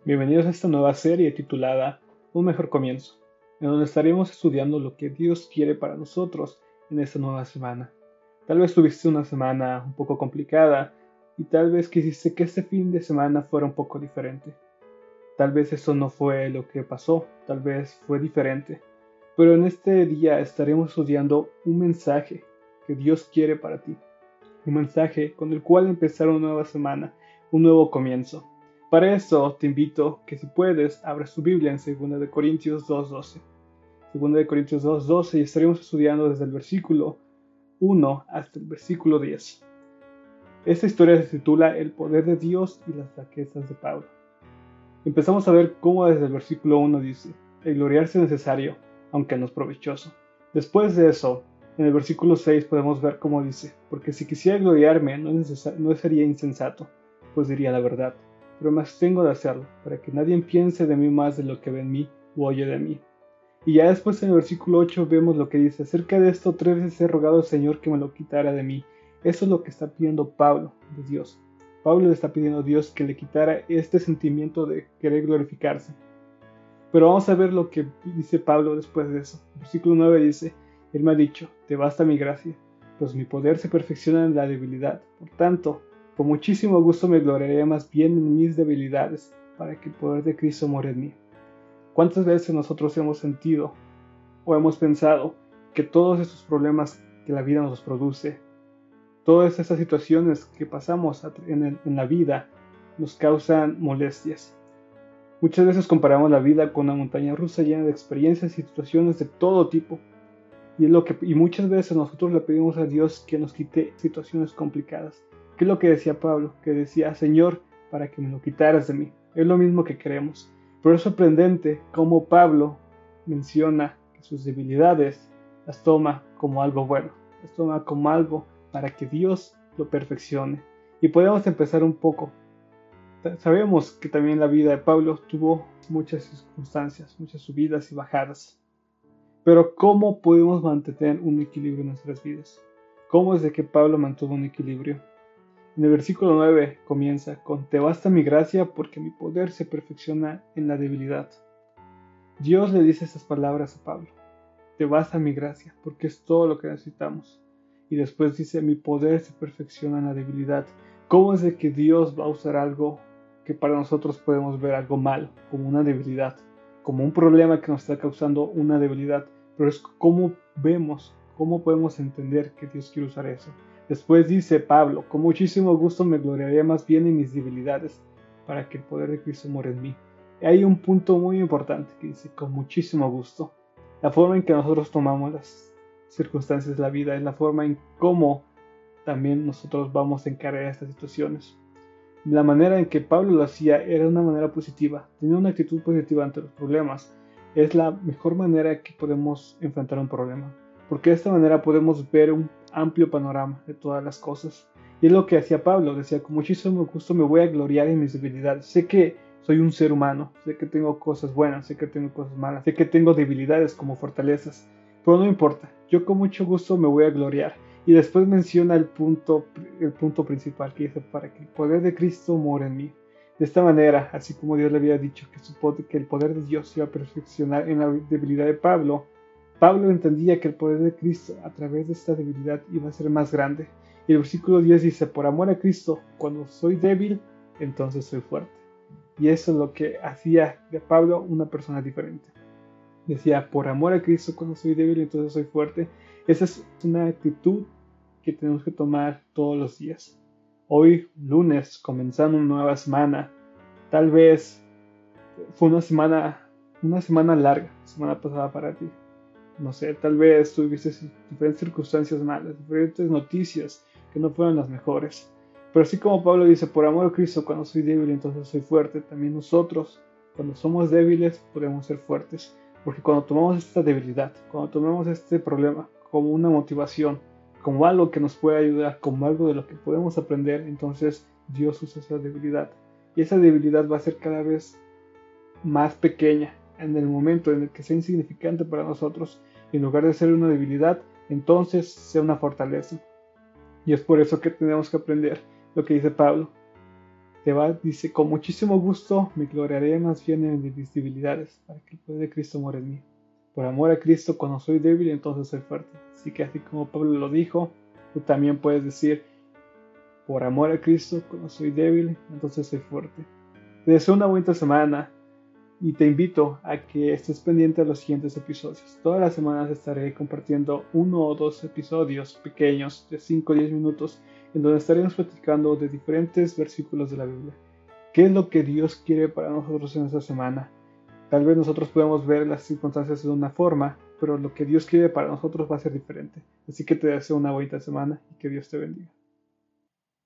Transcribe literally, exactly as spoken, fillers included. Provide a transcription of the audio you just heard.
Bienvenidos a esta nueva serie titulada Un mejor comienzo, en donde estaremos estudiando lo que Dios quiere para nosotros en esta nueva semana. Tal vez tuviste una semana un poco complicada y tal vez quisiste que este fin de semana fuera un poco diferente. Tal vez eso no fue lo que pasó, tal vez fue diferente. Pero en este día estaremos estudiando un mensaje que Dios quiere para ti. Un mensaje con el cual empezar una nueva semana, un nuevo comienzo. Para eso te invito que si puedes, abras tu Biblia en segunda de Corintios dos doce. segunda de Corintios dos doce y estaremos estudiando desde el versículo uno hasta el versículo diez. Esta historia se titula El poder de Dios y las flaquezas de Pablo. Empezamos a ver cómo desde el versículo uno dice: el gloriarse es necesario, aunque no es provechoso. Después de eso, en el versículo seis podemos ver cómo dice: porque si quisiera gloriarme no, necesar- no sería insensato, pues diría la verdad, pero me abstengo de hacerlo, para que nadie piense de mí más de lo que ve en mí o oye de mí. Y ya después en el versículo ocho vemos lo que dice: acerca de esto tres veces he rogado al Señor que me lo quitara de mí. Eso es lo que está pidiendo Pablo de Dios. Pablo le está pidiendo a Dios que le quitara este sentimiento de querer glorificarse. Pero vamos a ver lo que dice Pablo después de eso. El versículo nueve dice: Él me ha dicho, te basta mi gracia, pues mi poder se perfecciona en la debilidad. Por tanto, con muchísimo gusto me gloriaré más bien en mis debilidades, para que el poder de Cristo more en mí. ¿Cuántas veces nosotros hemos sentido o hemos pensado que todos estos problemas que la vida nos produce, todas estas situaciones que pasamos en, en la vida, nos causan molestias? Muchas veces comparamos la vida con una montaña rusa llena de experiencias y situaciones de todo tipo. Y, es lo que, y muchas veces nosotros le pedimos a Dios que nos quite situaciones complicadas. ¿Qué es lo que decía Pablo? Que decía: Señor, para que me lo quitaras de mí. Es lo mismo que queremos. Pero es sorprendente cómo Pablo menciona que sus debilidades las toma como algo bueno. Las toma como algo para que Dios lo perfeccione. Y podemos empezar un poco. Sabemos que también la vida de Pablo tuvo muchas circunstancias, muchas subidas y bajadas. Pero ¿cómo podemos mantener un equilibrio en nuestras vidas? ¿Cómo es de que Pablo mantuvo un equilibrio? En el versículo nueve comienza con: te basta mi gracia porque mi poder se perfecciona en la debilidad. Dios le dice estas palabras a Pablo: te basta mi gracia porque es todo lo que necesitamos. Y después dice: mi poder se perfecciona en la debilidad. ¿Cómo es de que Dios va a usar algo que para nosotros podemos ver algo malo, como una debilidad, como un problema que nos está causando una debilidad? Pero es cómo vemos, cómo podemos entender que Dios quiere usar eso. Después dice Pablo: con muchísimo gusto me gloriaré más bien en mis debilidades, para que el poder de Cristo more en mí. Y hay un punto muy importante que dice: con muchísimo gusto. La forma en que nosotros tomamos las circunstancias de la vida es la forma en cómo también nosotros vamos a encarar estas situaciones. La manera en que Pablo lo hacía era una manera positiva, tenía una actitud positiva ante los problemas. Es la mejor manera que podemos enfrentar un problema, porque de esta manera podemos ver un amplio panorama de todas las cosas. Y es lo que hacía Pablo: decía, con muchísimo gusto me voy a gloriar en mis debilidades. Sé que soy un ser humano, sé que tengo cosas buenas, sé que tengo cosas malas, sé que tengo debilidades como fortalezas, pero no importa, yo con mucho gusto me voy a gloriar. Y después menciona el punto, el punto principal, que dice: para que el poder de Cristo more en mí. De esta manera, así como Dios le había dicho que, su poder, que el poder de Dios se iba a perfeccionar en la debilidad de Pablo, Pablo entendía que el poder de Cristo a través de esta debilidad iba a ser más grande. Y el versículo diez dice: por amor a Cristo, cuando soy débil, entonces soy fuerte. Y eso es lo que hacía de Pablo una persona diferente. Decía: por amor a Cristo, cuando soy débil, entonces soy fuerte. Esa es una actitud que tenemos que tomar todos los días. Hoy, lunes, comenzando una nueva semana. Tal vez fue una semana, una semana larga, semana pasada para ti. No sé, tal vez tuviste diferentes circunstancias malas, diferentes noticias que no fueron las mejores. Pero así como Pablo dice: por amor a Cristo, cuando soy débil, entonces soy fuerte. También nosotros, cuando somos débiles, podemos ser fuertes. Porque cuando tomamos esta debilidad, cuando tomamos este problema como una motivación, como algo que nos puede ayudar, como algo de lo que podemos aprender, entonces Dios usa esa debilidad. Y esa debilidad va a ser cada vez más pequeña en el momento en el que sea insignificante para nosotros. Y en lugar de ser una debilidad, entonces sea una fortaleza. Y es por eso que tenemos que aprender lo que dice Pablo: te va, dice, con muchísimo gusto me gloriaré más bien en mis debilidades, para que el poder de Cristo more en mí. Por amor a Cristo, cuando soy débil, entonces soy fuerte. Así que así como Pablo lo dijo, tú también puedes decir, por amor a Cristo, cuando soy débil, entonces soy fuerte. Te deseo una buena semana y te invito a que estés pendiente de los siguientes episodios. Todas las semanas estaré compartiendo uno o dos episodios pequeños de cinco o diez minutos en donde estaremos platicando de diferentes versículos de la Biblia. ¿Qué es lo que Dios quiere para nosotros en esta semana? Tal vez nosotros podemos ver las circunstancias de una forma, pero lo que Dios quiere para nosotros va a ser diferente. Así que te deseo una bonita semana y que Dios te bendiga.